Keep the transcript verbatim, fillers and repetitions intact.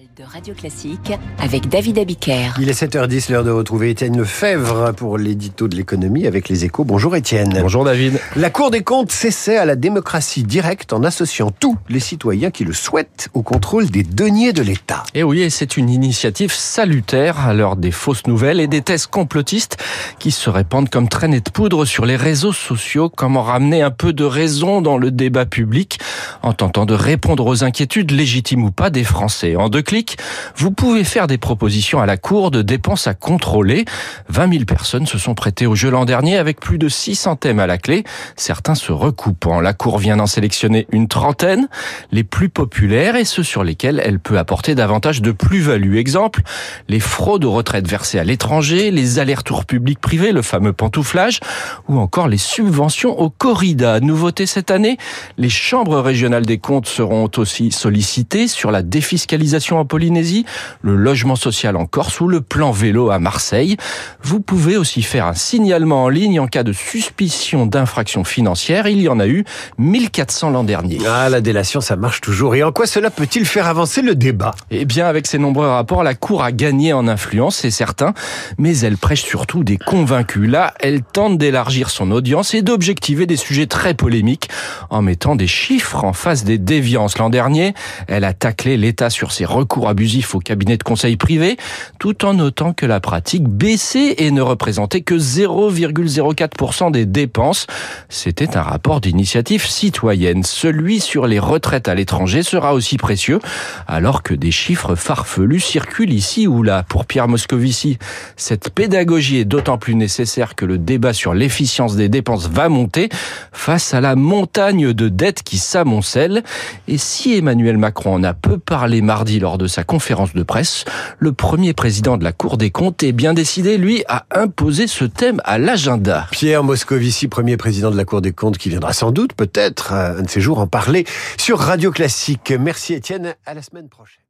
De Radio Classique avec David Abiker. Il est sept heures dix, l'heure de retrouver Étienne Lefebvre pour l'édito de l'économie avec les Échos. Bonjour Étienne. Bonjour David. La Cour des comptes s'essaie à la démocratie directe en associant tous les citoyens qui le souhaitent au contrôle des deniers de l'État. Et oui, et c'est une initiative salutaire à l'heure des fausses nouvelles et des thèses complotistes qui se répandent comme traînées de poudre sur les réseaux sociaux. Comment ramener un peu de raison dans le débat public en tentant de répondre aux inquiétudes légitimes ou pas des Français. En deux clics, vous pouvez faire des propositions à la Cour de dépenses à contrôler. vingt mille personnes se sont prêtées au jeu l'an dernier avec plus de six cents thèmes à la clé, certains se recoupant. La Cour vient d'en sélectionner une trentaine, les plus populaires et ceux sur lesquels elle peut apporter davantage de plus-value. Exemple, les fraudes aux retraites versées à l'étranger, les allers-retours publics-privés, le fameux pantouflage, ou encore les subventions aux corridas. Nouveauté cette année, les chambres régionales des comptes seront aussi sollicitées sur la défiscalisation en Polynésie, le logement social en Corse ou le plan vélo à Marseille. Vous pouvez aussi faire un signalement en ligne en cas de suspicion d'infraction financière. Il y en a eu mille quatre cents l'an dernier. Ah, la délation, ça marche toujours. Et en quoi cela peut-il faire avancer le débat ? Eh bien, avec ses nombreux rapports, la Cour a gagné en influence, c'est certain, mais elle prêche surtout des convaincus. Là, elle tente d'élargir son audience et d'objectiver des sujets très polémiques en mettant des chiffres en face des déviances. L'an dernier, elle a taclé l'État sur ses recours abusifs au cabinet de conseil privé, tout en notant que la pratique baissait et ne représentait que zéro virgule zéro quatre pour cent des dépenses. C'était un rapport d'initiative citoyenne. Celui sur les retraites à l'étranger sera aussi précieux, alors que des chiffres farfelus circulent ici ou là. Pour Pierre Moscovici, cette pédagogie est d'autant plus nécessaire que le débat sur l'efficience des dépenses va monter face à la montagne de dettes qui s'amoncellent. Et si Emmanuel Macron en a peu parlé mardi lors de sa conférence de presse, le premier président de la Cour des comptes est bien décidé, lui, à imposer ce thème à l'agenda. Pierre Moscovici, premier président de la Cour des comptes, qui viendra sans doute, peut-être, un de ces jours en parler sur Radio Classique. Merci Étienne, à la semaine prochaine.